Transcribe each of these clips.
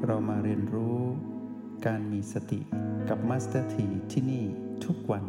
เรามาเรียนรู้การมีสติกับมาสเตอร์ทีที่นี่ทุกวัน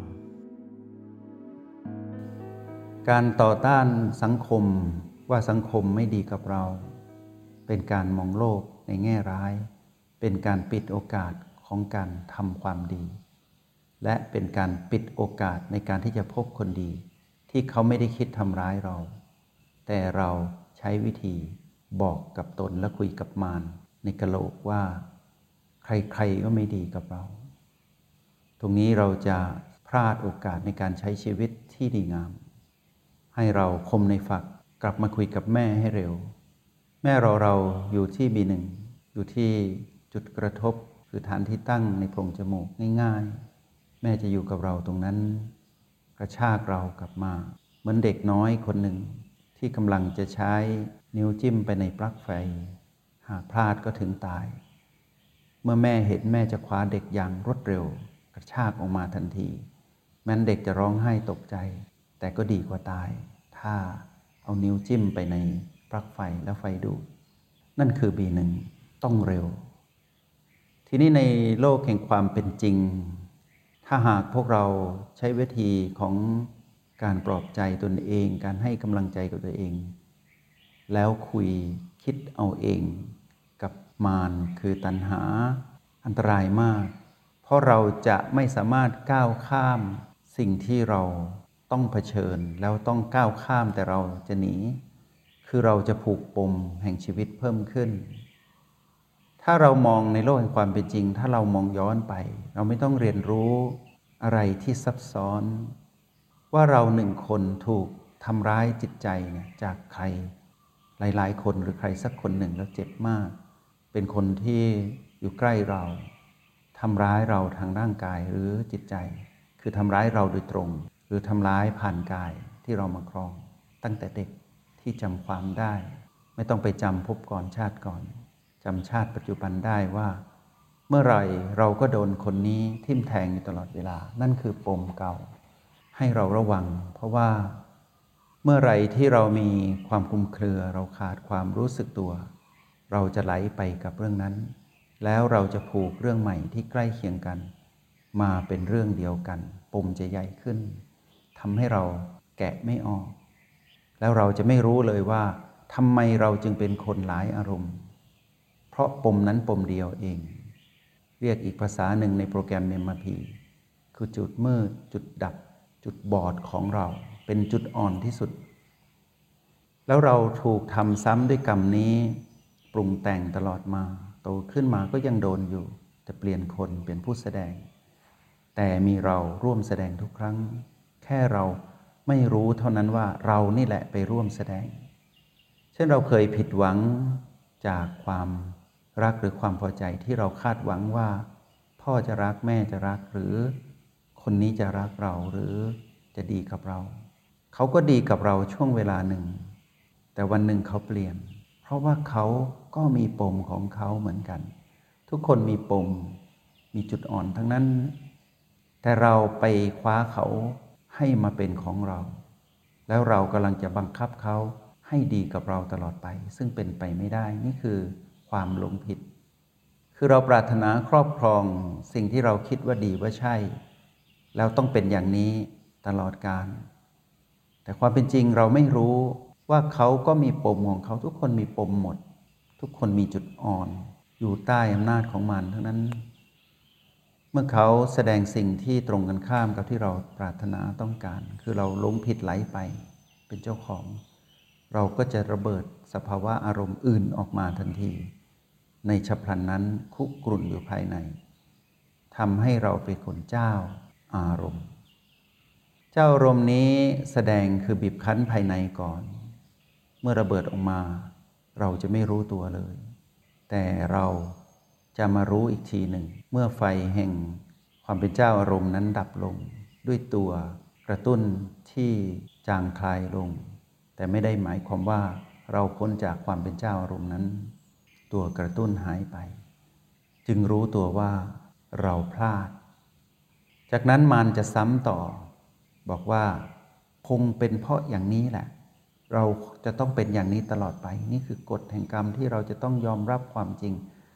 การต่อต้านสังคมว่าสังคมไม่ดีกับเราเป็นการมองโลกในแง่ร้ายเป็นการปิดโอกาสของการทำความดีและเป็นการปิดโอกาสในการที่จะพบคนดีที่เขาไม่ได้คิดทำร้ายเราแต่เราใช้วิธีบอกกับตนและคุยกับมารในกะโหลกว่าใครๆก็ไม่ดีกับเราตรงนี้เราจะพลาดโอกาสในการใช้ชีวิตที่ดีงามให้เราคมในฝักกลับมาคุยกับแม่ให้เร็วแม่เราอยู่ที่B1อยู่ที่จุดกระทบคือฐานที่ตั้งในโพรงจมูกง่ายๆแม่จะอยู่กับเราตรงนั้นกระชากเรากลับมาเหมือนเด็กน้อยคนหนึ่งที่กำลังจะใช้นิ้วจิ้มไปในปลั๊กไฟหากพลาดก็ถึงตายเมื่อแม่เห็นแม่จะคว้าเด็กอย่างรวดเร็วกระชากออกมาทันทีแม้นเด็กจะร้องไห้ตกใจแต่ก็ดีกว่าตายถ้าเอานิ้วจิ้มไปในปลั๊กไฟแล้วไฟดูดนั่นคือ B1 ต้องเร็วทีนี้ในโลกแห่งความเป็นจริงถ้าหากพวกเราใช้วิธีของการปลอบใจตนเองการให้กำลังใจกับตัวเองแล้วคุยคิดเอาเองกับมารคือตัณหาอันตรายมากเพราะเราจะไม่สามารถก้าวข้ามสิ่งที่เราต้องเผชิญแล้วต้องก้าวข้ามแต่เราจะหนีคือเราจะผูกปมแห่งชีวิตเพิ่มขึ้นถ้าเรามองในโลกแห่งความเป็นจริงถ้าเรามองย้อนไปเราไม่ต้องเรียนรู้อะไรที่ซับซ้อนว่าเราหนึ่งคนถูกทำร้ายจิตใจจากใครหลายๆคนหรือใครสักคนหนึ่งแล้วเจ็บมากเป็นคนที่อยู่ใกล้เราทำร้ายเราทางร่างกายหรือจิตใจคือทำร้ายเราโดยตรงหรือทำร้ายผ่านกายที่เรามาครองตั้งแต่เด็กที่จำความได้ไม่ต้องไปจำภพก่อนชาติก่อนจำชาติปัจจุบันได้ว่าเมื่อไหร่เราก็โดนคนนี้ทิ่มแทงอยู่ตลอดเวลานั่นคือปมเก่าให้เราระวังเพราะว่าเมื่อไหร่ที่เรามีความคลุมเครือเราขาดความรู้สึกตัวเราจะไหลไปกับเรื่องนั้นแล้วเราจะผูกเรื่องใหม่ที่ใกล้เคียงกันมาเป็นเรื่องเดียวกันปมจะใหญ่ขึ้นทำให้เราแกะไม่ออกแล้วเราจะไม่รู้เลยว่าทำไมเราจึงเป็นคนหลายอารมณ์เพราะปมนั้นปมเดียวเองเรียกอีกภาษาหนึ่งในโปรแกรม MRP คือจุดมืดจุดดับจุดบอดของเราเป็นจุดอ่อนที่สุดแล้วเราถูกทำซ้ำด้วยกรรมนี้ปรุงแต่งตลอดมาโตขึ้นมาก็ยังโดนอยู่แต่เปลี่ยนคนเป็นผู้แสดงแต่มีเราร่วมแสดงทุกครั้งแค่เราไม่รู้เท่านั้นว่าเรานี่แหละไปร่วมแสดงเช่นเราเคยผิดหวังจากความรักหรือความพอใจที่เราคาดหวังว่าพ่อจะรักแม่จะรักหรือคนนี้จะรักเราหรือจะดีกับเราเขาก็ดีกับเราช่วงเวลาหนึ่งแต่วันหนึ่งเขาเปลี่ยนเพราะว่าเขาก็มีปมของเขาเหมือนกันทุกคนมีปมมีจุดอ่อนทั้งนั้นแต่เราไปคว้าเขาให้มาเป็นของเราแล้วเรากำลังจะบังคับเขาให้ดีกับเราตลอดไปซึ่งเป็นไปไม่ได้นี่คือความหลงผิดคือเราปรารถนาครอบครองสิ่งที่เราคิดว่าดีว่าใช่แล้วต้องเป็นอย่างนี้ตลอดกาลแต่ความเป็นจริงเราไม่รู้ว่าเขาก็มีปมของเขาทุกคนมีปมหมดทุกคนมีจุดอ่อนอยู่ใต้อำนาจของมันทั้งนั้นเมื่อเขาแสดงสิ่งที่ตรงกันข้ามกับที่เราปรารถนาต้องการคือเราหลงผิดไหลไปเป็นเจ้าของเราก็จะระเบิดสภาวะอารมณ์อื่นออกมาทันทีในฉับพลันนั้นคุกรุ่นอยู่ภายในทำให้เราเป็นคนเจ้าอารมณ์เจ้าอารมณ์นี้แสดงคือบีบคั้นภายในก่อนเมื่อระเบิดออกมาเราจะไม่รู้ตัวเลยแต่เราจะมารู้อีกทีหนึ่งเมื่อไฟแห่งความเป็นเจ้าอารมณ์นั้นดับลงด้วยตัวกระตุ้นที่จางคลายลงแต่ไม่ได้หมายความว่าเราพ้นจากความเป็นเจ้าอารมณ์นั้นตัวกระตุ้นหายไปจึงรู้ตัวว่าเราพลาดจากนั้นมารจะซ้ำต่อบอกว่าคงเป็นเพราะอย่างนี้แหละเราจะต้องเป็นอย่างนี้ตลอดไปนี่คือกฎแห่งกรรมที่เราจะต้องยอมรับความจริง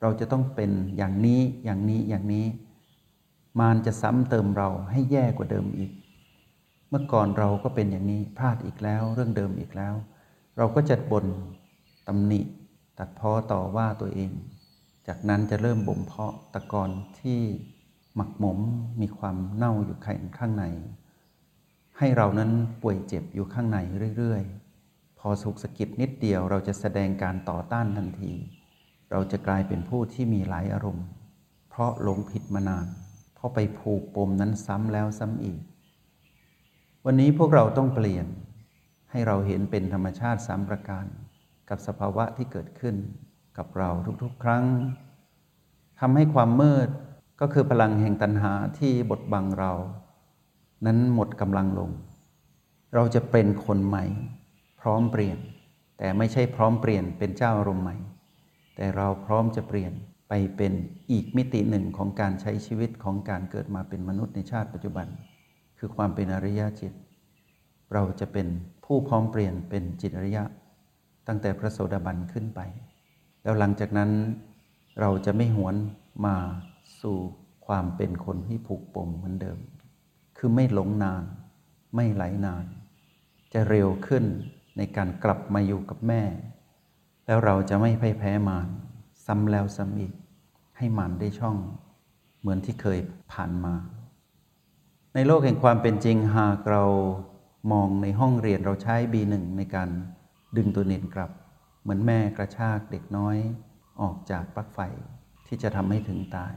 เราจะต้องเป็นอย่างนี้อย่างนี้อย่างนี้มารจะซ้ำเติมเราให้แย่กว่าเดิมอีกเมื่อก่อนเราก็เป็นอย่างนี้พลาดอีกแล้วเรื่องเดิมอีกแล้วเราก็จะบ่นตำหนิตัดพ้อต่อว่าตัวเองจากนั้นจะเริ่มบ่มเพาะตะกอนที่หมักหมมมีความเน่าอยู่ข้างในให้เรานั้นป่วยเจ็บอยู่ข้างในเรื่อยๆพอถูกสะกิดนิดเดียวเราจะแสดงการต่อต้านทันทีเราจะกลายเป็นผู้ที่มีหลายอารมณ์เพราะหลงผิดมานานเพราะไปผูกปมนั้นซ้ำแล้วซ้ำอีกวันนี้พวกเราต้องเปลี่ยนให้เราเห็นเป็นธรรมชาติ3ประการกับสภาวะที่เกิดขึ้นกับเราทุกๆครั้งทำให้ความมืดก็คือพลังแห่งตัณหาที่บดบังเรานั้นหมดกำลังลงเราจะเป็นคนใหม่พร้อมเปลี่ยนแต่ไม่ใช่พร้อมเปลี่ยนเป็นเจ้าอารมณ์ใหม่แต่เราพร้อมจะเปลี่ยนไปเป็นอีกมิติหนึ่งของการใช้ชีวิตของการเกิดมาเป็นมนุษย์ในชาติปัจจุบันคือความเป็นอริยจิตเราจะเป็นผู้พร้อมเปลี่ยนเป็นจิตอริยะตั้งแต่พระโสดาบันขึ้นไปแล้วหลังจากนั้นเราจะไม่หวนมาสู่ความเป็นคนที่ผูกปมเหมือนเดิมคือไม่หลงนานไม่ไหลนานจะเร็วขึ้นในการกลับมาอยู่กับแม่แล้วเราจะไม่พ่ายแพ้มารซ้ำแล้วซ้ำอีกให้มารได้ช่องเหมือนที่เคยผ่านมาในโลกแห่งความเป็นจริงหากเรามองในห้องเรียนเราใช้ B1 ในการดึงตัวเนนกลับเหมือนแม่กระชากเด็กน้อยออกจากปลั๊กไฟที่จะทำให้ถึงตาย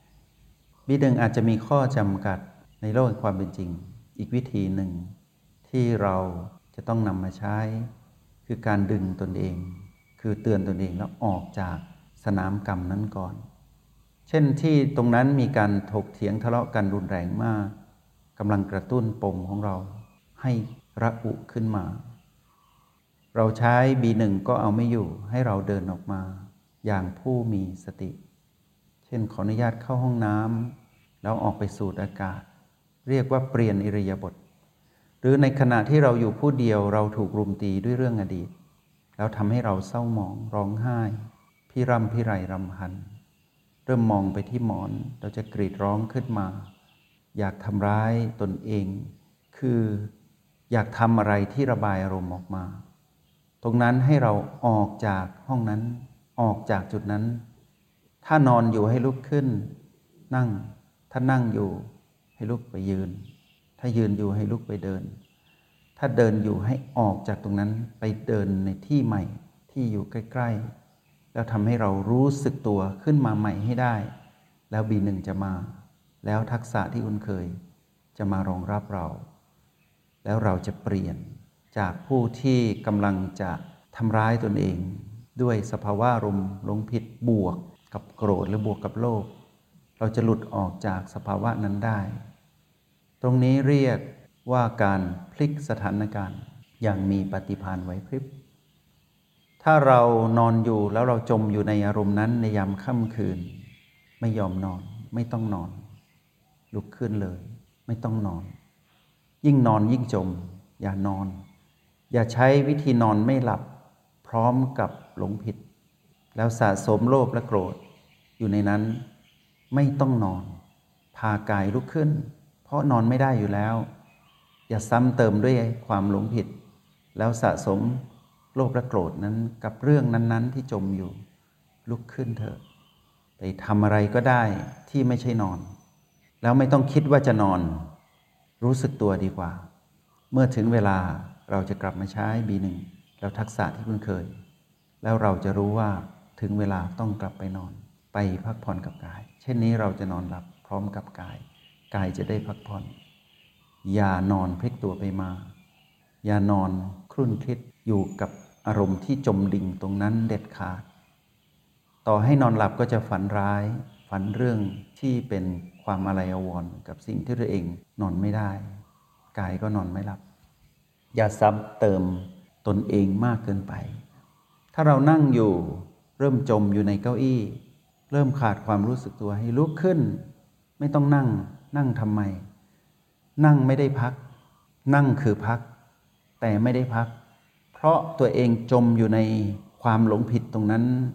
B1 อาจจะมีข้อจำกัดในโลกแห่งความเป็นจริงอีกวิธีหนึ่งที่เราจะต้องนำมาใช้คือการดึงตนเองคือเตือนตนเองแล้วออกจากสนามกรรมนั้นก่อนเช่นที่ตรงนั้นมีการถกเถียงทะเลาะกันรุนแรงมากกำลังกระตุ้นปมของเราให้ระอุขึ้นมาเราใช้ B1 ก็เอาไม่อยู่ให้เราเดินออกมาอย่างผู้มีสติเช่นขออนุญาตเข้าห้องน้ำแล้วออกไปสูดอากาศเรียกว่าเปลี่ยนอิริยาบถหรือในขณะที่เราอยู่ผู้เดียวเราถูกรุมตีด้วยเรื่องอดีตแล้วทำให้เราเศร้าหมองร้องไห้พิไรรำพันเริ่มมองไปที่หมอนเราจะกรีดร้องขึ้นมาอยากทำร้ายตนเองคืออยากทำอะไรที่ระบายอารมณ์ออกมาตรงนั้นให้เราออกจากห้องนั้นออกจากจุดนั้นถ้านอนอยู่ให้ลุกขึ้นนั่งถ้านั่งอยู่ให้ลุกไปยืนถ้ายืนอยู่ให้ลุกไปเดินถ้าเดินอยู่ให้ออกจากตรงนั้นไปเดินในที่ใหม่ที่อยู่ใกล้ๆแล้วทำให้เรารู้สึกตัวขึ้นมาใหม่ให้ได้แล้ว B1 จะมาแล้วทักษะที่คุ้นเคยจะมารองรับเราแล้วเราจะเปลี่ยนจากผู้ที่กำลังจะทำร้ายตนเองด้วยสภาวะอารมณ์หลงผิดบวกกับโกรธหรือบวกกับโลภเราจะหลุดออกจากสภาวะนั้นได้ตรงนี้เรียกว่าการพลิกสถานการณ์อย่างมีปฏิภาณไหวพริบถ้าเรานอนอยู่แล้วเราจมอยู่ในอารมณ์นั้นในยามค่ำคืนไม่ยอมนอนไม่ต้องนอนลุกขึ้นเลยไม่ต้องนอนยิ่งนอนยิ่งจมอย่านอนอย่าใช้วิธีนอนไม่หลับพร้อมกับหลงผิดแล้วสะสมโลภและโกรธอยู่ในนั้นไม่ต้องนอนพากายลุกขึ้นเพราะนอนไม่ได้อยู่แล้วอย่าซ้ำเติมด้วยความหลงผิดแล้วสะสมโลภและโกรธนั้นกับเรื่องนั้นๆที่จมอยู่ลุกขึ้นเถอะไปทำอะไรก็ได้ที่ไม่ใช่นอนแล้วไม่ต้องคิดว่าจะนอนรู้สึกตัวดีกว่าเมื่อถึงเวลาเราจะกลับมาใช้ B1 แล้วทักษะที่คุ้นเคยแล้วเราจะรู้ว่าถึงเวลาต้องกลับไปนอนไปพักผ่อนกับกายเช่นนี้เราจะนอนหลับพร้อมกับกายจะได้พักผ่อนอย่านอนพลิกตัวไปมาอย่านอนครุ่นคิดอยู่กับอารมณ์ที่จมดิ่งตรงนั้นเด็ดขาดต่อให้นอนหลับก็จะฝันร้ายฝันเรื่องที่เป็นความอาลัยอาวรณ์กับสิ่งที่ตัวเองนอนไม่ได้กายก็นอนไม่หลับอย่าซ้ำเติมตนเองมากเกินไปถ้าเรานั่งอยู่เริ่มจมอยู่ในเก้าอี้เริ่มขาดความรู้สึกตัวให้ลุกขึ้นไม่ต้องนั่งทำไมนั่งไม่ได้พักนั่งคือพักแต่ไม่ได้พักเพราะตัวเองจมอยู่ในความหลงผิดตรงนั้น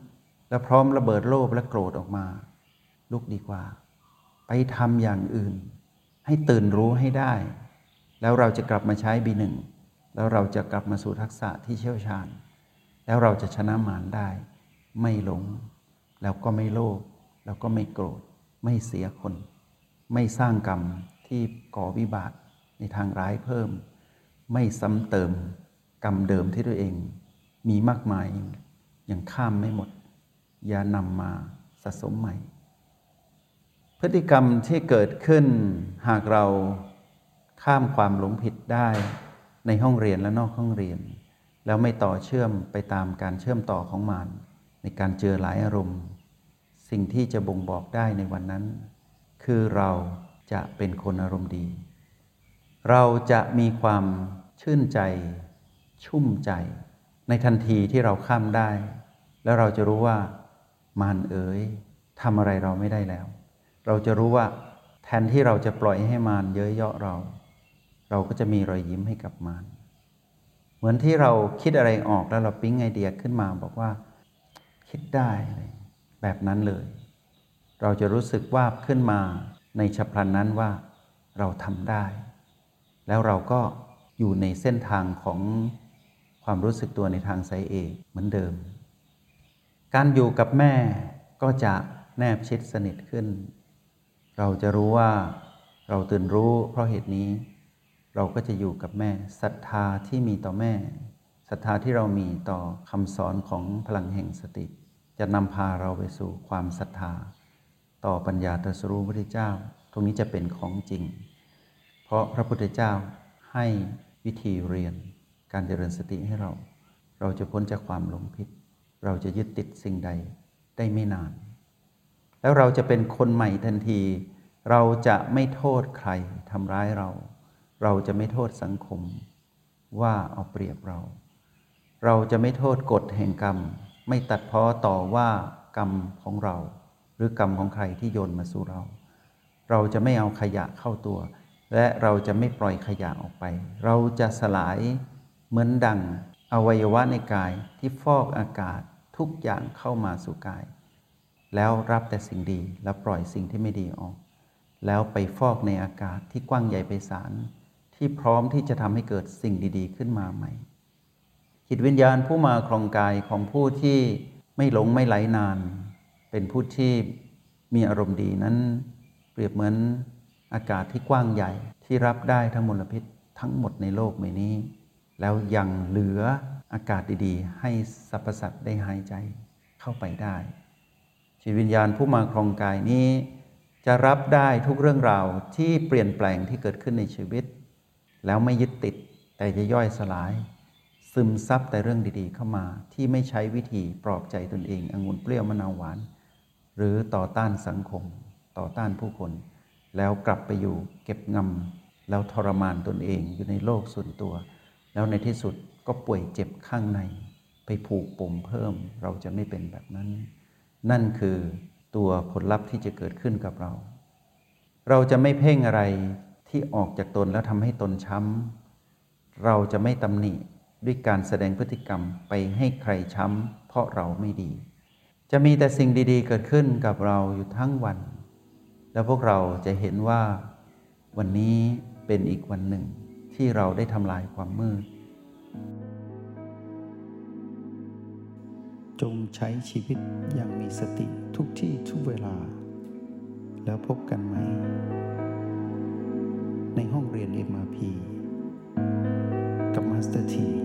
แล้วพร้อมระเบิดโลภและโกรธออกมาลุกดีกว่าไปทำอย่างอื่นให้ตื่นรู้ให้ได้แล้วเราจะกลับมาใช้ B1 แล้วเราจะกลับมาสู่ทักษะที่เชี่ยวชาญแล้วเราจะชนะมารได้ไม่หลงแล้วก็ไม่โลภแล้วก็ไม่โกรธไม่เสียคนไม่สร้างกรรมที่ก่อวิบากในทางร้ายเพิ่มไม่ซ้ำเติมกรรมเดิมที่ตัวเองมีมากมายยังข้ามไม่หมดอย่านำมาสะสมใหม่พฤติกรรมที่เกิดขึ้นหากเราข้ามความหลงผิดได้ในห้องเรียนและนอกห้องเรียนแล้วไม่ต่อเชื่อมไปตามการเชื่อมต่อของมารในการเจอหลายอารมณ์สิ่งที่จะบ่งบอกได้ในวันนั้นคือเราจะเป็นคนอารมณ์ดีเราจะมีความชื่นใจชุ่มใจในทันทีที่เราข้ามได้แล้วเราจะรู้ว่ามารเอ๋ยทำอะไรเราไม่ได้แล้วเราจะรู้ว่าแทนที่เราจะปล่อยให้มารเย้ยเยาะเราก็จะมีรอยยิ้มให้กับมารเหมือนที่เราคิดอะไรออกแล้วเราปิ๊งไอเดียขึ้นมาบอกว่าคิดได้แบบนั้นเลยเราจะรู้สึกว่าขึ้นมาในฉับพลันนั้นว่าเราทำได้แล้วเราก็อยู่ในเส้นทางของความรู้สึกตัวในทางสายเอกเหมือนเดิมการอยู่กับแม่ก็จะแนบชิดสนิทขึ้นเราจะรู้ว่าเราตื่นรู้เพราะเหตุนี้เราก็จะอยู่กับแม่ศรัทธาที่มีต่อแม่ศรัทธาที่เรามีต่อคำสอนของพลังแห่งสติจะนำพาเราไปสู่ความศรัทธาต่อปัญญาตรัสรู้พระพุทธเจ้าตรงนี้จะเป็นของจริงเพราะพระพุทธเจ้าให้วิธีเรียนการเจริญสติให้เราจะพ้นจากความหลงผิดเราจะยึดติดสิ่งใดได้ไม่นานแล้วเราจะเป็นคนใหม่ทันทีเราจะไม่โทษใครทำร้ายเราจะไม่โทษสังคมว่าเอาเปรียบเราจะไม่โทษกฎแห่งกรรมไม่ตัดพ้อต่อว่ากรรมของเราหรือกรรมของใครที่โยนมาสู่เราจะไม่เอาขยะเข้าตัวและเราจะไม่ปล่อยขยะออกไปเราจะสลายเหมือนดังอวัยวะในกายที่ฟอกอากาศทุกอย่างเข้ามาสู่กายแล้วรับแต่สิ่งดีแล้วปล่อยสิ่งที่ไม่ดีออกแล้วไปฟอกในอากาศที่กว้างใหญ่ไพศาลที่พร้อมที่จะทำให้เกิดสิ่งดีๆขึ้นมาใหม่จิตวิญญาณผู้มาครองกายของผู้ที่ไม่หลงไม่ไหลนานเป็นผู้ที่มีอารมณ์ดีนั้นเปรียบเหมือนอากาศที่กว้างใหญ่ที่รับได้ทั้งมลพิษทั้งหมดในโลกใบนี้แล้วยังเหลืออากาศดีๆให้สรรพสัตว์ได้หายใจเข้าไปได้จิตวิญญาณผู้มาครองกายนี้จะรับได้ทุกเรื่องราวที่เปลี่ยนแปลงที่เกิดขึ้นในชีวิตแล้วไม่ยึดติดแต่จะย่อยสลายซึมซับแต่เรื่องดีๆเข้ามาที่ไม่ใช้วิธีปลอบใจตนเององุ่นเปรี้ยวมะนาวหวานหรือต่อต้านสังคมต่อต้านผู้คนแล้วกลับไปอยู่เก็บงำแล้วทรมานตนเองอยู่ในโลกส่วนตัวแล้วในที่สุดก็ป่วยเจ็บข้างในไปผูกปมเพิ่มเราจะไม่เป็นแบบนั้นนั่นคือตัวผลลัพธ์ที่จะเกิดขึ้นกับเราจะไม่เพ่งอะไรที่ออกจากตนแล้วทำให้ตนช้ำเราจะไม่ตำหนิด้วยการแสดงพฤติกรรมไปให้ใครช้ำเพราะเราไม่ดีจะมีแต่สิ่งดีๆเกิดขึ้นกับเราอยู่ทั้งวันแล้วพวกเราจะเห็นว่าวันนี้เป็นอีกวันหนึ่งที่เราได้ทำลายความมืดจงใช้ชีวิตอย่างมีสติทุกที่ทุกเวลาแล้วพบกันไหมในห้องเรียน MRP กับมาสเตอร์ที